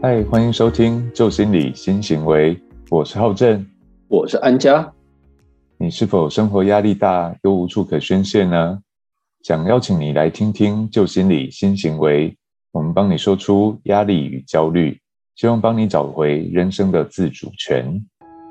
嗨，欢迎收听旧心理新行为，我是浩正， 我是安家。 你是否生活压力大又无处可宣泄呢？想邀请你来听听旧心理新行为，我们帮你说出压力与焦虑，希望帮你找回人生的自主权。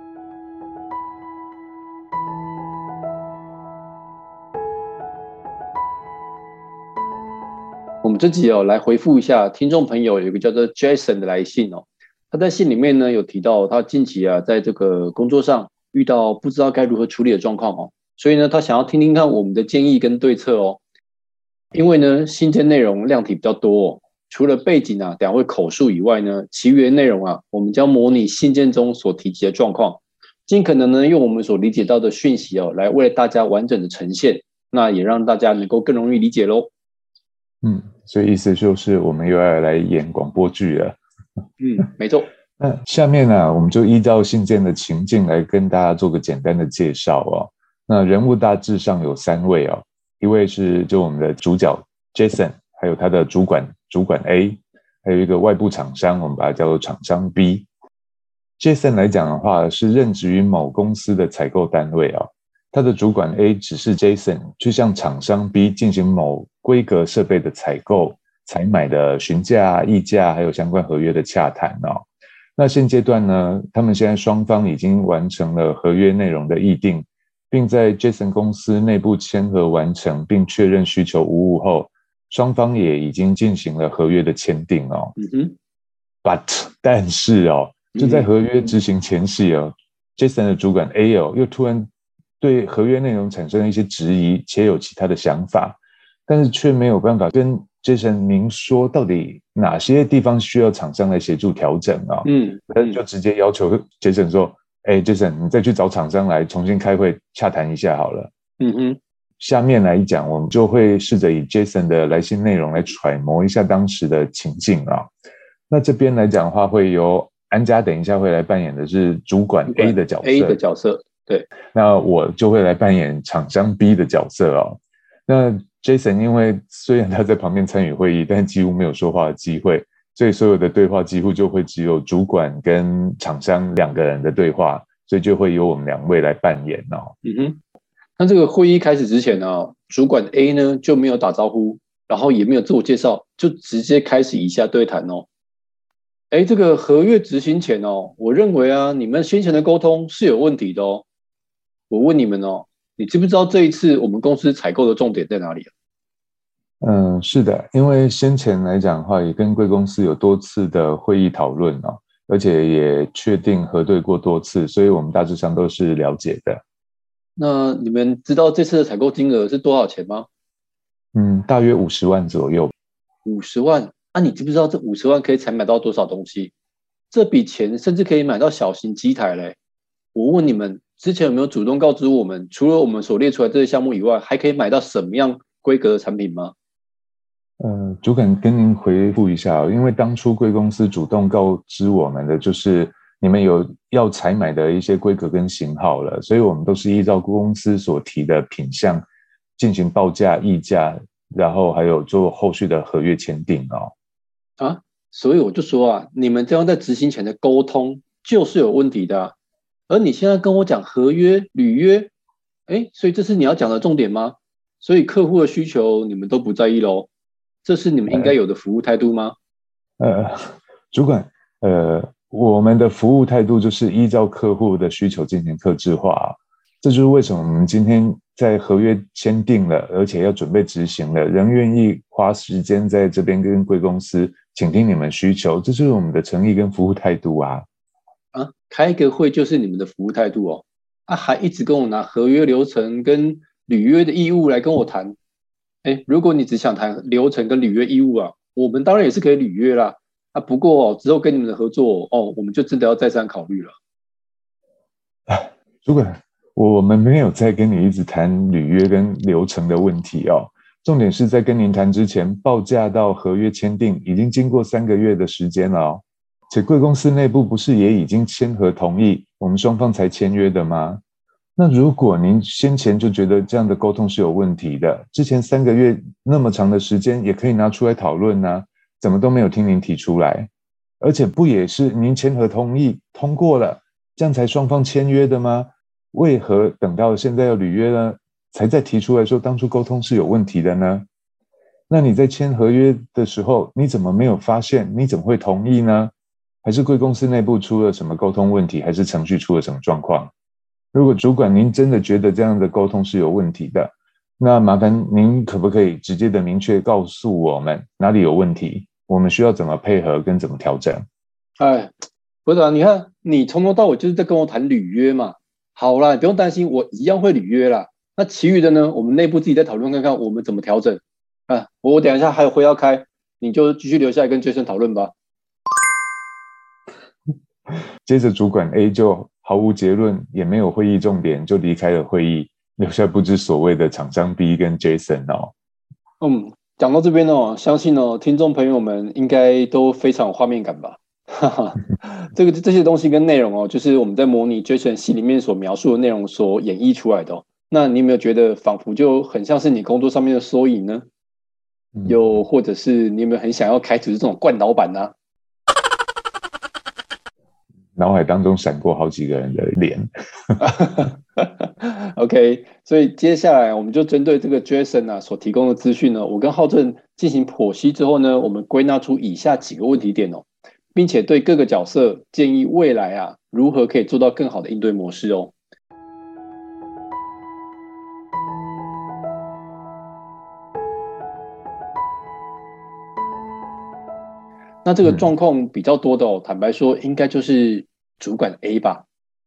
我们这集来回复一下听众朋友有一个叫做 Jason 的来信哦。他在信里面呢有提到他近期在这个工作上遇到不知道该如何处理的状况哦，所以呢他想要听听看我们的建议跟对策哦。因为呢信件内容量体比较多哦，除了背景等下会口述以外呢，其余的内容我们将模拟信件中所提及的状况，尽可能呢用我们所理解到的讯息来为大家完整的呈现，那也让大家能够更容易理解咯。 所以意思就是我们又要来演广播剧了。 没错。 那下面我们就依照信件的情境来跟大家做个简单的介绍哦。那人物大致上有3位哦，一位是就我们的主角 Jason， 还有他的主管 A， 还有一个外部厂商，我们把它叫做厂商 B。 Jason 来讲的话是任职于某公司的采购单位哦，他的主管 A 指示 Jason 去向厂商 B 进行某规格设备的采购、采买的询价、议价，还有相关合约的洽谈哦。那现阶段呢，他们现在双方已经完成了合约内容的议定，并在 Jason 公司内部签合完成，并确认需求无误后，双方也已经进行了合约的签订哦。但是就在合约执行前夕Jason 的主管 A 又突然对合约内容产生了一些质疑，且有其他的想法，但是却没有办法跟 Jason 明说到底哪些地方需要厂商来协助调整就直接要求 Jason 说Jason 你再去找厂商来重新开会洽谈一下好了。下面来讲，我们就会试着以 Jason 的来信内容来揣摩一下当时的情境那这边来讲的话，会由安家等一下会来扮演的是主管 A 的角色， 对， 那我就会来扮演厂商 B 的角色那 Jason 因为虽然他在旁边参与会议，但几乎没有说话的机会，所以所有的对话几乎就会只有主管跟厂商2个人的对话，所以就会由我们2位来扮演那这个会议开始之前主管 A 呢就没有打招呼，然后也没有自我介绍，就直接开始以下对谈这个合约执行前我认为你们先前的沟通是有问题的我问你们你知不知道这一次我们公司采购的重点在哪里是的，因为先前来讲的话，也跟贵公司有多次的会议讨论而且也确定核对过多次，所以我们大致上都是了解的。 那你们知道这次的采购金额是多少钱吗？ 大约50万左右。 50万？你知不知道这50万可以采买到多少东西？这笔钱甚至可以买到小型机台嘞。我问你们，之前有没有主动告知我们，除了我们所列出来这些项目以外，还可以买到什么样规格的产品吗？ 主管跟您回复一下因为当初贵公司主动告知我们的就是你们有要采买的一些规格跟型号了，所以我们都是依照公司所提的品项进行报价、议价，然后还有做后续的合约签订所以我就说你们这样在执行前的沟通就是有问题的而你现在跟我讲合约、履约，所以这是你要讲的重点吗？所以客户的需求你们都不在意咯？这是你们应该有的服务态度吗？ 主管，我们的服务态度就是依照客户的需求进行客制化这就是为什么我们今天在合约签订了，而且要准备执行了，仍愿意花时间在这边跟贵公司倾听你们需求，这就是我们的诚意跟服务态度开一个会就是你们的服务态度还一直跟我拿合约流程跟履约的义务来跟我谈。如果你只想谈流程跟履约义务我们当然也是可以履约啦不过之后跟你们的合作我们就真的要再三考虑了。 主管，我们没有在跟你一直谈履约跟流程的问题重点是在跟您谈之前，报价到合约签订已经经过3个月的时间了且贵公司内部不是也已经签合同意，我们双方才签约的吗？那如果您先前就觉得这样的沟通是有问题的，之前3个月那么长的时间也可以拿出来讨论怎么都没有听您提出来？ 而且不也是您签合同意通过了，这样才双方签约的吗？为何等到现在要履约呢，才再提出来说当初沟通是有问题的呢？那你在签合约的时候，你怎么没有发现？你怎么会同意呢？还是贵公司内部出了什么沟通问题，还是程序出了什么状况？如果主管您真的觉得这样的沟通是有问题的，那麻烦您可不可以直接的明确告诉我们哪里有问题，我们需要怎么配合跟怎么调整？ 哎，不是啊，你看你从头到尾就是在跟我谈履约嘛。好啦，你不用担心，我一样会履约啦。那其余的呢，我们内部自己再讨论看看我们怎么调整。啊，我等一下还有会要开，你就继续留下来跟 Jason 讨论吧。 接着主管 A 就毫无结论，也没有会议重点，就离开了会议，留下不知所谓的厂商 B 跟 Jason 哦。 讲到这边哦，相信哦，听众朋友们应该都非常有画面感吧。哈哈，这些东西跟内容哦，就是我们在模拟 Jason 戏里面所描述的内容所演绎出来的哦。那你有没有觉得仿佛就很像是你工作上面的缩影呢？又或者是你有没有很想要开始这种惯老板呢？ 脑海当中闪过好几个人的脸。 OK， 所以接下来我们就针对这个 Jason 所提供的资讯呢，我跟浩正进行剖析之后呢，我们归纳出以下几个问题点哦，并且对各个角色建议未来如何可以做到更好的应对模式哦。那这个状况比较多的哦，坦白说，应该就是主管 A 吧。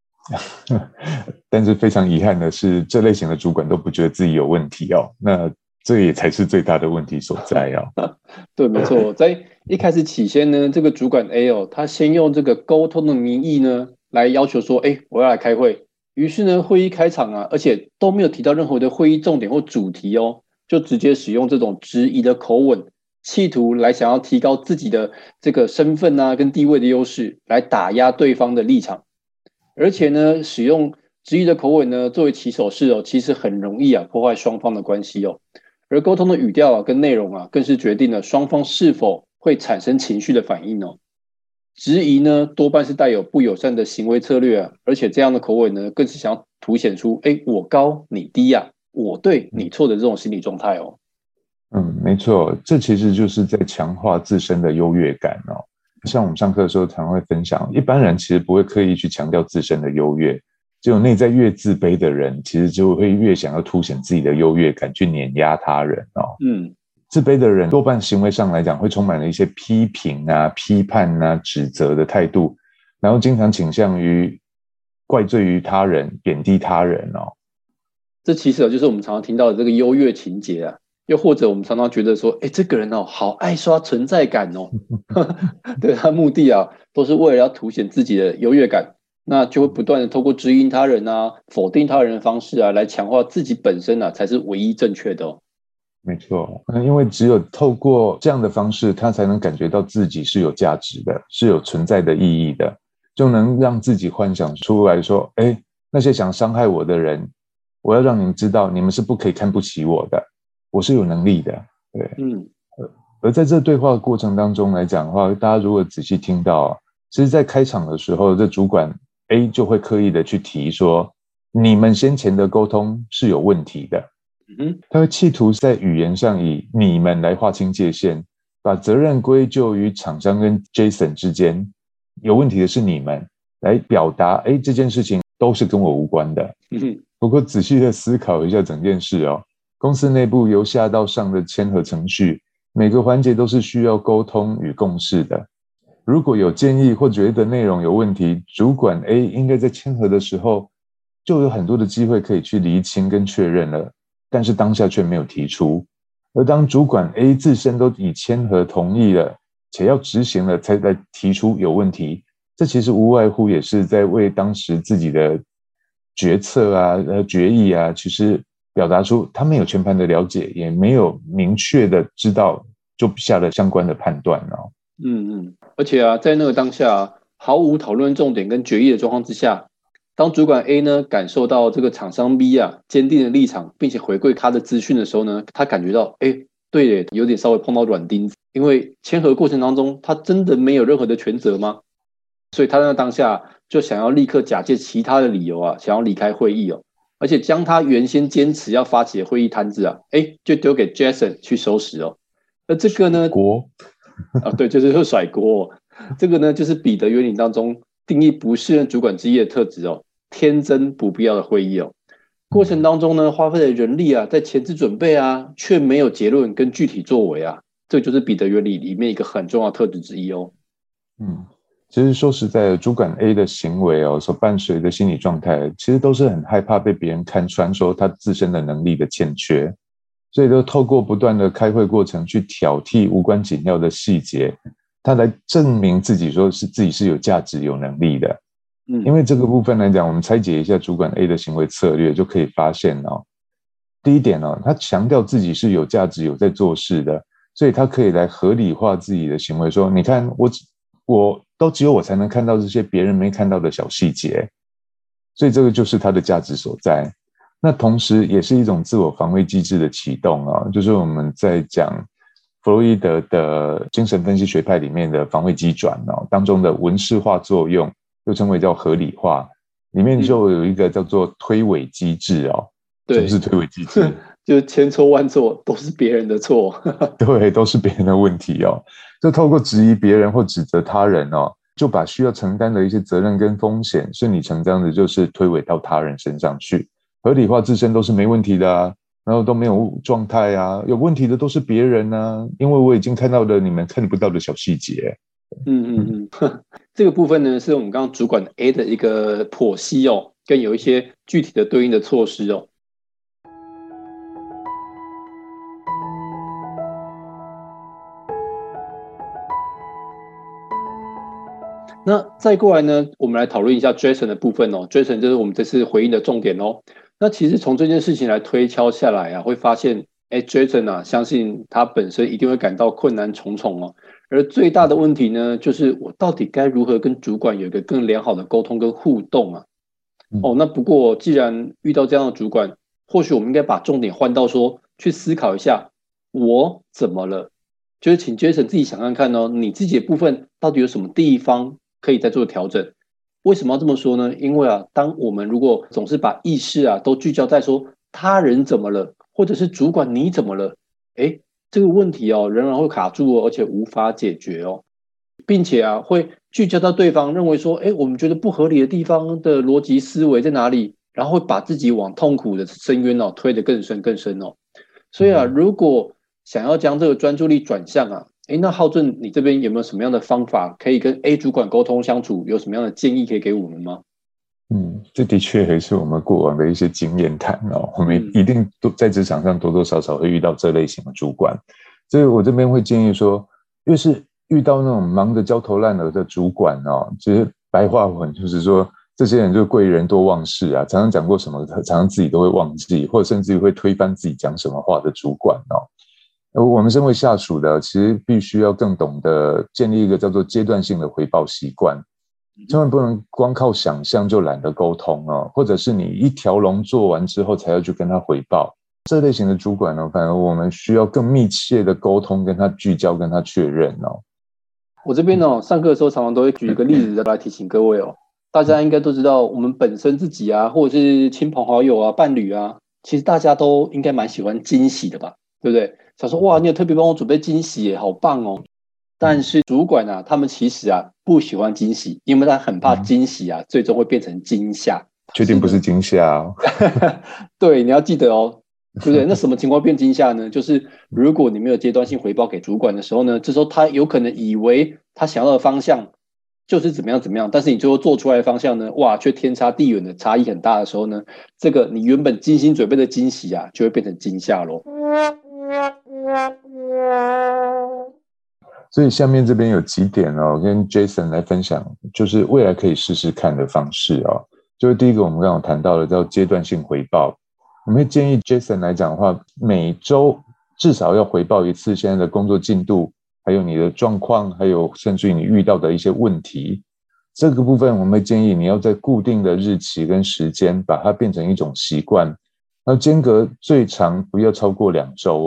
但是非常遗憾的是，这类型的主管都不觉得自己有问题哦，那这也才是最大的问题所在哦。 对，没错，在一开始起先呢，这个主管 A 哦，他先用这个沟通的名义呢，来要求说，我要来开会。于是呢，会议开场而且都没有提到任何的会议重点或主题哦，就直接使用这种质疑的口吻，企图来想要提高自己的这个身份跟地位的优势，来打压对方的立场。而且呢，使用质疑的口吻呢，作为起手式哦，其实很容易破坏双方的关系哦。而沟通的语调跟内容更是决定了双方是否会产生情绪的反应哦。质疑呢，多半是带有不友善的行为策略而且这样的口吻呢，更是想要凸显出我高你低我对你错的这种心理状态哦。 没错，这其实就是在强化自身的优越感哦。像我们上课的时候常会分享，一般人其实不会刻意去强调自身的优越，只有内在越自卑的人，其实就会越想要凸显自己的优越感，去碾压他人哦。自卑的人多半行为上来讲会充满了一些批评批判指责的态度，然后经常倾向于怪罪于他人，贬低他人哦。 这其实就是我们常常听到的这个优越情节又或者我们常常觉得说，这个人好爱刷存在感哦，对，他目的都是为了要凸显自己的优越感，那就会不断的透过质疑他人否定他人的方式来强化自己本身才是唯一正确的哦。 没错，因为只有透过这样的方式，他才能感觉到自己是有价值的，是有存在的意义的，就能让自己幻想出来说，那些想伤害我的人，我要让你们知道，你们是不可以看不起我的。我是有能力的，对，而在这对话的过程当中来讲的话，大家如果仔细听到，其实在开场的时候，这主管 A 就会刻意的去提说，你们先前的沟通是有问题的，他会企图在语言上以你们来划清界限，把责任归咎于厂商跟 Jason 之间，有问题的是你们，来表达，这件事情都是跟我无关的。不过仔细的思考一下整件事哦。公司内部由下到上的签合程序，每个环节都是需要沟通与共识的。如果有建议或觉得内容有问题，主管 A 应该在签合的时候就有很多的机会可以去厘清跟确认了，但是当下却没有提出。而当主管 A 自身都已签合同意了，且要执行了才来提出有问题，这其实无外乎也是在为当时自己的决策决议其实表达出他没有全盘的了解，也没有明确的知道，就下了相关的判断哦。 而且在那个当下毫无讨论重点跟决议的状况之下，当主管 A 呢感受到这个厂商 B坚定的立场，并且回馈他的资讯的时候呢，他感觉到对耶，有点稍微碰到软钉子，因为签合过程当中，他真的没有任何的权责吗？所以他在那当下就想要立刻假借其他的理由啊，想要离开会议哦，而且将他原先坚持要发起的会议摊子啊，就丢给 Jason 去收拾哦。那这个呢， 锅对，就是甩锅哦。这个呢，就是彼得原理当中定义不适任主管之一的特质哦，天真不必要的会议哦。过程当中呢，花费的人力啊，在前置准备啊，却没有结论跟具体作为啊，这就是彼得原理里面一个很重要的特质之一哦。 其实说实在的，主管 A 的行为所伴随的心理状态，其实都是很害怕被别人看穿，说他自身的能力的欠缺，所以都透过不断的开会过程去挑剔无关紧要的细节，他来证明自己说是自己是有价值、有能力的。因为这个部分来讲，我们拆解一下主管 A 的行为策略，就可以发现第一点他强调自己是有价值、有在做事的，所以他可以来合理化自己的行为，说你看我都只有我才能看到这些别人没看到的小细节，所以这个就是他的价值所在。那同时也是一种自我防卫机制的启动就是我们在讲弗洛伊德的精神分析学派里面的防卫机转当中的文式化作用，又称为叫合理化，里面就有一个叫做推诿机制什么是推诿机制？ 就是千错万错都是别人的错。 对，都是别人的问题就透过质疑别人或指责他人就把需要承担的一些责任跟风险顺理成章的就是推诿到他人身上去，合理化自身都是没问题的然后都没有状态有问题的都是别人因为我已经看到了你们看不到的小细节。 这个部分呢，是我们刚刚主管 A 的一个剖析跟有一些具体的对应的措施那再过来呢，我们来讨论一下 Jason 的部分Jason 就是我们这次回应的重点那其实从这件事情来推敲下来会发现Jason 相信他本身一定会感到困难重重而最大的问题呢，就是我到底该如何跟主管有一个更良好的沟通跟互动那不过既然遇到这样的主管，或许我们应该把重点换到说，去思考一下我怎么了，就是请 Jason 自己想看看你自己的部分到底有什么地方可以再做调整。为什么要这么说呢？因为当我们如果总是把意识都聚焦在说他人怎么了，或者是主管你怎么了，这个问题仍然会卡住而且无法解决并且会聚焦到对方认为说，我们觉得不合理的地方的逻辑思维在哪里，然后会把自己往痛苦的深渊推得更深更深所以如果想要将这个专注力转向那浩正你这边有没有什么样的方法可以跟 A 主管沟通相处，有什么样的建议可以给我们吗？ 这的确还是我们过往的一些经验谈我们一定都在职场上多多少少会遇到这类型的主管，所以我这边会建议说，越是遇到那种忙得焦头烂额的主管其实白话文就是说，这些人就贵人多忘事常常讲过什么常常自己都会忘记，或者甚至于会推翻自己讲什么话的主管我们身为下属的其实必须要更懂得建立一个叫做阶段性的回报习惯，千万不能光靠想象就懒得沟通或者是你一条龙做完之后才要去跟他回报，这类型的主管反而我们需要更密切的沟通，跟他聚焦，跟他确认我这边上课的时候常常都会举一个例子来提醒各位大家应该都知道，我们本身自己或者是亲朋好友伴侣其实大家都应该蛮喜欢惊喜的吧，对不对？想说哇，你有特别帮我准备惊喜耶，好棒但是主管他们其实不喜欢惊喜，因为他很怕惊喜最终会变成惊吓。 确定不是惊吓对，你要记得对不对？那什么情况变惊吓呢？就是如果你没有阶段性回报给主管的时候呢，这时候他有可能以为他想要的方向就是怎么样怎么样，但是你最后做出来的方向呢，哇，却天差地远的差异很大的时候呢，这个你原本精心准备的惊喜就会变成惊吓咯。 所以下面这边有几点跟 Jason 来分享，就是未来可以试试看的方式就是第一个我们刚刚谈到的叫阶段性回报，我们会建议 Jason 来讲的话，每周至少要回报一次现在的工作进度，还有你的状况，还有甚至于你遇到的一些问题，这个部分我们会建议你要在固定的日期跟时间把它变成一种习惯，那间隔最长不要超过2周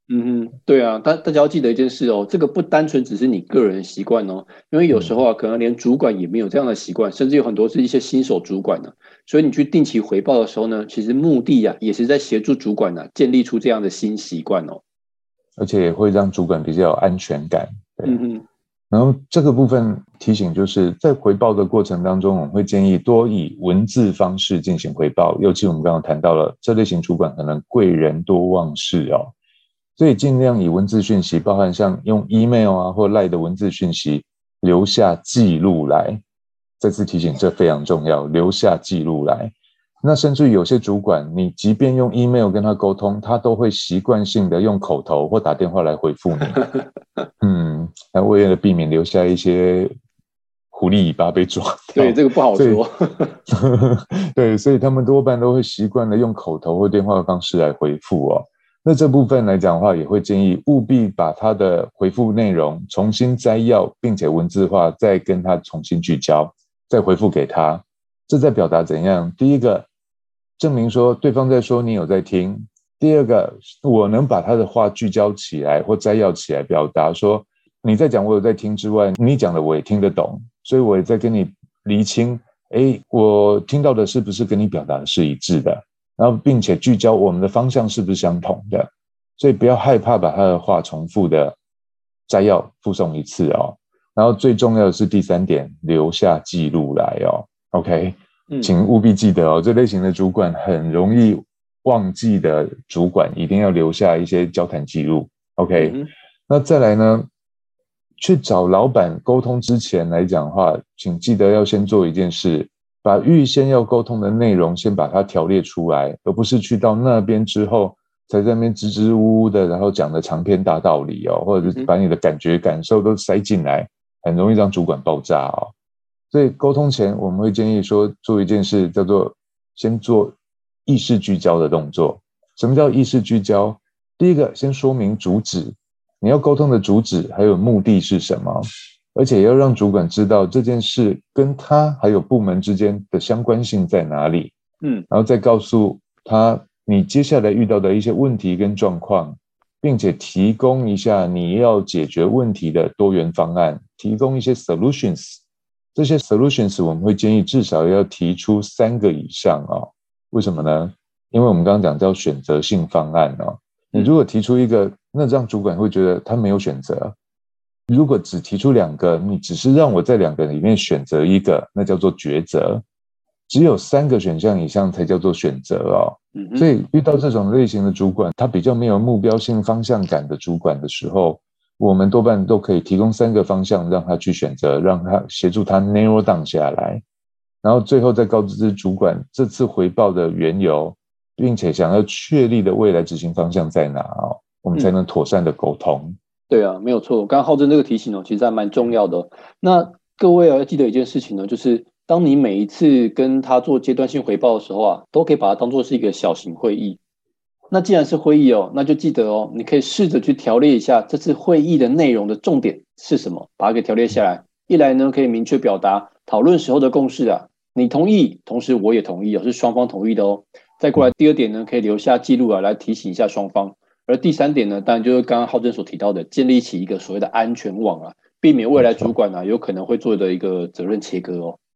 对啊，大家要记得一件事哦，这个不单纯只是你个人的习惯哦，因为有时候啊，可能连主管也没有这样的习惯，甚至有很多是一些新手主管呢、所以你去定期回报的时候呢，其实目的啊，也是在协助主管呢、建立出这样的新习惯哦。 而且也会让主管比较有安全感。对， 嗯哼， 然后这个部分提醒就是在回报的过程当中，我们会建议多以文字方式进行回报，尤其我们刚刚谈到了这类型主管可能贵人多忘事哦，所以尽量以文字讯息，包含像用 email 啊或 LINE 的文字讯息留下记录来。再次提醒，这非常重要，留下记录来。那甚至有些主管，你即便用 email 跟他沟通，他都会习惯性的用口头或打电话来回复你。那为了避免留下一些狐狸尾巴被抓对， 到， 这个不好说。 对，所以他们多半都会习惯的用口头或电话的方式来回复哦。那这部分来讲的话，也会建议务必把他的回复内容重新摘要，并且文字化，再跟他重新聚焦，再回复给他。这在表达怎样？第一个，证明说对方在说，你有在听；第二个，我能把他的话聚焦起来或摘要起来，表达说你在讲我有在听之外，你讲的我也听得懂，所以我也在跟你厘清，我听到的是不是跟你表达的是一致的，然后并且聚焦我们的方向是不是相同的，所以不要害怕把他的话重复的摘要附送一次哦。然后最重要的是第三点，留下记录来哦。OK，请务必记得哦，这类型的主管很容易忘记的主管，一定要留下一些交谈记录。OK，那再来呢，去找老板沟通之前来讲的话，请记得要先做一件事，把预先要沟通的内容先把它条列出来，而不是去到那边之后才在那边支支吾吾的，然后讲的长篇大道理哦，或者是把你的感觉感受都塞进来，很容易让主管爆炸哦。所以沟通前，我们会建议说做一件事，叫做先做意识聚焦的动作。什么叫意识聚焦？第一个，先说明主旨，你要沟通的主旨还有目的是什么，而且要让主管知道这件事跟他还有部门之间的相关性在哪里。然后再告诉他你接下来遇到的一些问题跟状况，并且提供一下你要解决问题的多元方案，提供一些 solutions。这些 solutions 我们会建议至少要提出3个以上哦。为什么呢？因为我们刚刚讲叫选择性方案哦。你如果提出一个，那让主管会觉得他没有选择。如果只提出2个，你只是让我在2个里面选择一个，那叫做抉择。只有3个选项以上才叫做选择哦。所以遇到这种类型的主管，他比较没有目标性方向感的主管的时候，我们多半都可以提供3个方向让他去选择，让他协助他 narrow down 下来，然后最后再告知主管这次回报的缘由，并且想要确立的未来执行方向在哪哦，我们才能妥善的沟通。 对啊，没有错。刚刚浩正这个提醒哦，其实还蛮重要的哦。那各位要记得一件事情呢，就是当你每一次跟他做阶段性回报的时候啊，都可以把它当做是一个小型会议。那既然是会议哦，那就记得哦，你可以试着去条列一下这次会议的内容的重点是什么，把它给条列下来。一来呢，可以明确表达讨论时候的共识啊，你同意，同时我也同意哦，是双方同意的哦。再过来第2点呢，可以留下记录啊，来提醒一下双方。而第3点呢，当然就是刚刚浩正所提到的，建立起一个所谓的安全网啊，避免未来主管啊有可能会做的一个责任切割哦。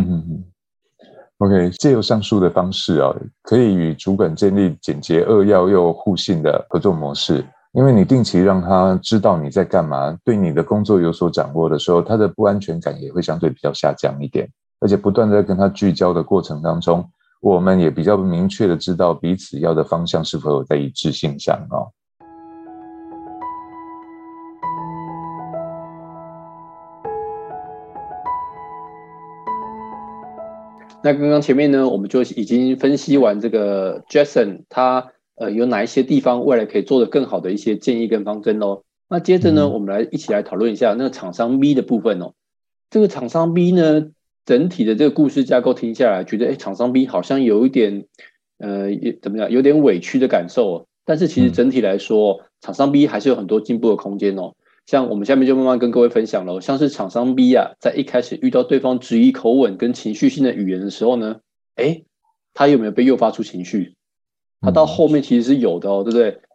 OK， 借由上述的方式哦，可以与主管建立简洁扼要又互信的合作模式。因为你定期让他知道你在干嘛，对你的工作有所掌握的时候，他的不安全感也会相对比较下降一点。而且不断的跟他聚焦的过程当中，我们也比较明确的知道彼此要的方向是否有在一致性上哦。 那刚刚前面呢，我们就已经分析完这个 Jason 他有哪一些地方未来可以做得更好的一些建议跟方针咯。那接着呢，我们一起来讨论一下那个厂商 B 的部分哦。这个厂商 B 呢，整体的这个故事架构听下来，觉得厂商 B 好像有一点怎么讲，有点委屈的感受哦。但是其实整体来说，厂商 B 还是有很多进步的空间哦。像我们下面就慢慢跟各位分享了，像是厂商 B 啊，在一开始遇到对方质疑口吻跟情绪性的语言的时候呢，他有没有被诱发出情绪？他到后面其实是有的哦，对不对？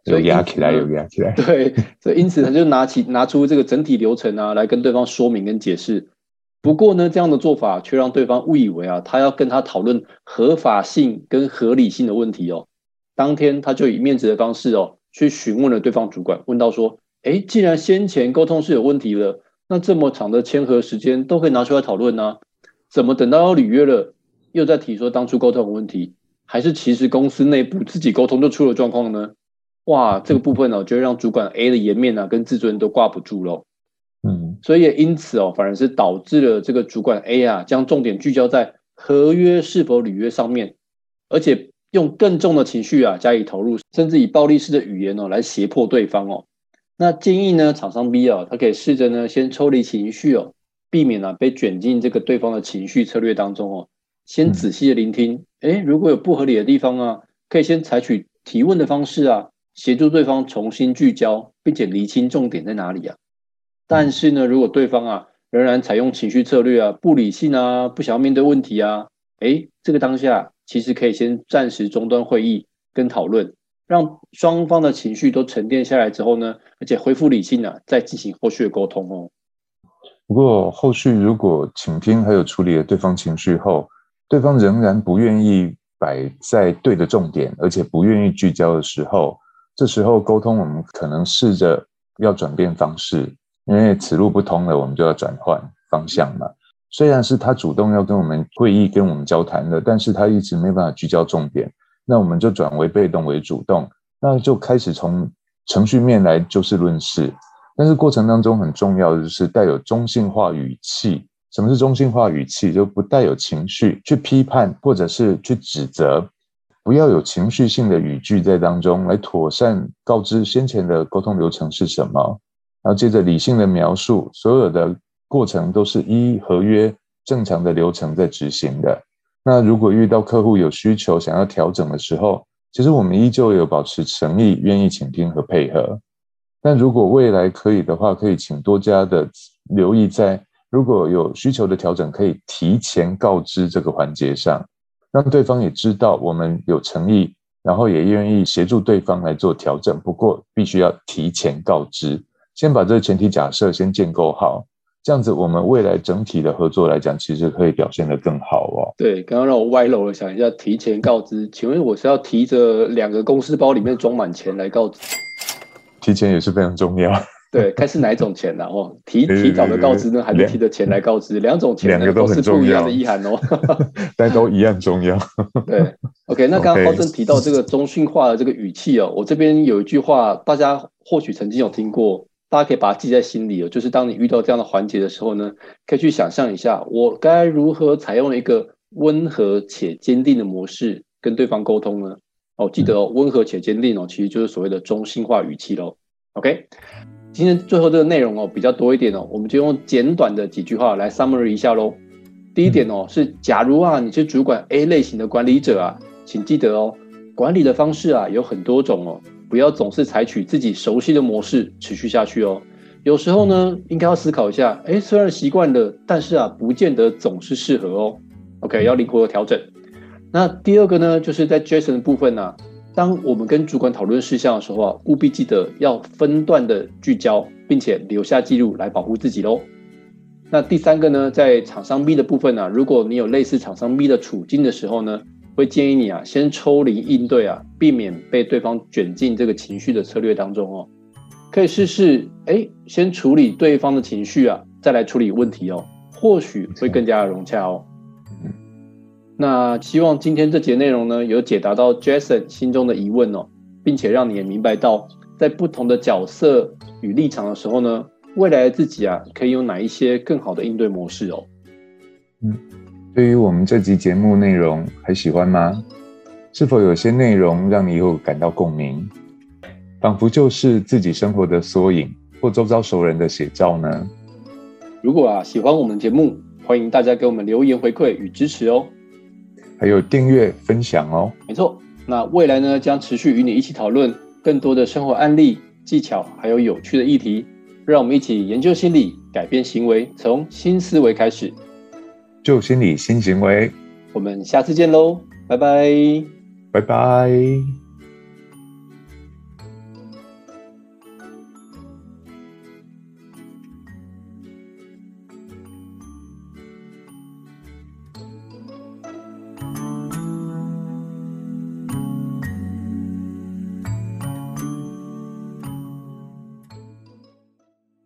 有压起来，有压起来。 对，所以因此他就拿出这个整体流程啊，来跟对方说明跟解释。不过呢，这样的做法却让对方误以为啊，他要跟他讨论合法性跟合理性的问题哦。当天他就以面子的方式哦，去询问了对方主管，问到说：既然先前沟通是有问题了，那这么长的签合时间都可以拿出来讨论啊，怎么等到要履约了，又在提说当初沟通有问题，还是其实公司内部自己沟通就出了状况呢？哇，这个部分呢，就会让主管 A 的颜面啊跟自尊都挂不住咯。所以也因此哦，反而是导致了这个主管 A 啊，将重点聚焦在合约是否履约上面，而且用更重的情绪啊加以投入，甚至以暴力式的语言哦来胁迫对方哦。那建议呢，厂商 B 啊，他可以试着呢先抽离情绪哦，避免啊被卷进这个对方的情绪策略当中哦。先仔细的聆听，如果有不合理的地方啊，可以先采取提问的方式啊，协助对方重新聚焦，并且厘清重点在哪里啊。但是呢，如果对方啊仍然采用情绪策略啊，不理性啊，不想要面对问题啊，这个当下其实可以先暂时中断会议跟讨论，让双方的情绪都沉淀下来之后呢，而且恢复理性啊，再进行后续的沟通哦。 不过后续如果倾听还有处理了对方情绪后，对方仍然不愿意摆在对的重点，而且不愿意聚焦的时候，这时候沟通我们可能试着要转变方式，因为此路不通了，我们就要转换方向嘛。虽然是他主动要跟我们会议跟我们交谈的，但是他一直没办法聚焦重点，那我们就转为被动为主动，那就开始从程序面来就事论事。但是过程当中很重要的就是带有中性化语气。什么是中性化语气？就不带有情绪去批判或者是去指责，不要有情绪性的语句在当中，来妥善告知先前的沟通流程是什么，然后接着理性的描述所有的过程都是依合约正常的流程在执行的。那如果遇到客户有需求想要调整的时候，其实我们依旧有保持诚意，愿意倾听和配合。但如果未来可以的话，可以请多加的留意在如果有需求的调整，可以提前告知这个环节上，让对方也知道我们有诚意，然后也愿意协助对方来做调整。不过必须要提前告知，先把这个前提假设先建构好，这样子我们未来整体的合作来讲，其实可以表现得更好哦。 对，刚刚让我歪楼了，想一下，提前告知，请问我是要提着2个公司包里面装满钱来告知？ 提前也是非常重要。 对，看是哪一种钱啦哦，提早的告知呢，还是提着钱来告知？两种钱呢都是不一样的意涵哦， 但都一样重要。 对 ，OK， 那刚刚浩正提到这个中性化的这个语气哦，我这边有一句话，大家或许曾经有听过，大家可以把它记在心里哦，就是当你遇到这样的环节的时候呢，可以去想象一下，我该如何采用一个温和且坚定的模式跟对方沟通呢？哦，记得哦，温和且坚定哦，其实就是所谓的中性化语气咯。OK， 今天最后这个内容哦比较多一点哦，我们就用简短的几句话来 summary 一下咯。第一点哦是，假如啊你是主管 A 类型的管理者啊，请记得哦，管理的方式啊有很多种哦，不要总是采取自己熟悉的模式持续下去哦。有时候呢，应该要思考一下，虽然习惯了，但是啊不见得总是适合哦。OK， 要灵活的调整。那第二个呢，就是在 Jason 的部分啊，当我们跟主管讨论事项的时候啊，务必记得要分段的聚焦，并且留下记录来保护自己咯。那第三个呢，在厂商 B 的部分啊，如果你有类似厂商 B 的处境的时候呢，会建议你啊，先抽离应对啊，避免被对方卷进这个情绪的策略当中哦。可以试试，先处理对方的情绪啊，再来处理问题哦，或许会更加的融洽哦。那希望今天这节内容呢，有解答到 Jason 心中的疑问哦，并且让你也明白到，在不同的角色与立场的时候呢，未来的自己啊，可以有哪一些更好的应对模式哦。 对于我们这集节目内容还喜欢吗？是否有些内容让你有感到共鸣？仿佛就是自己生活的缩影，或周遭熟人的写照呢？ 如果喜欢我们节目，欢迎大家给我们留言回馈与支持哦。 还有订阅分享哦。 没错，那未来呢将持续与你一起讨论更多的生活案例、技巧，还有有趣的议题，让我们一起研究心理，改变行为，从新思维开始， 就心理新行为。 我们下次见喽，拜拜， 拜拜。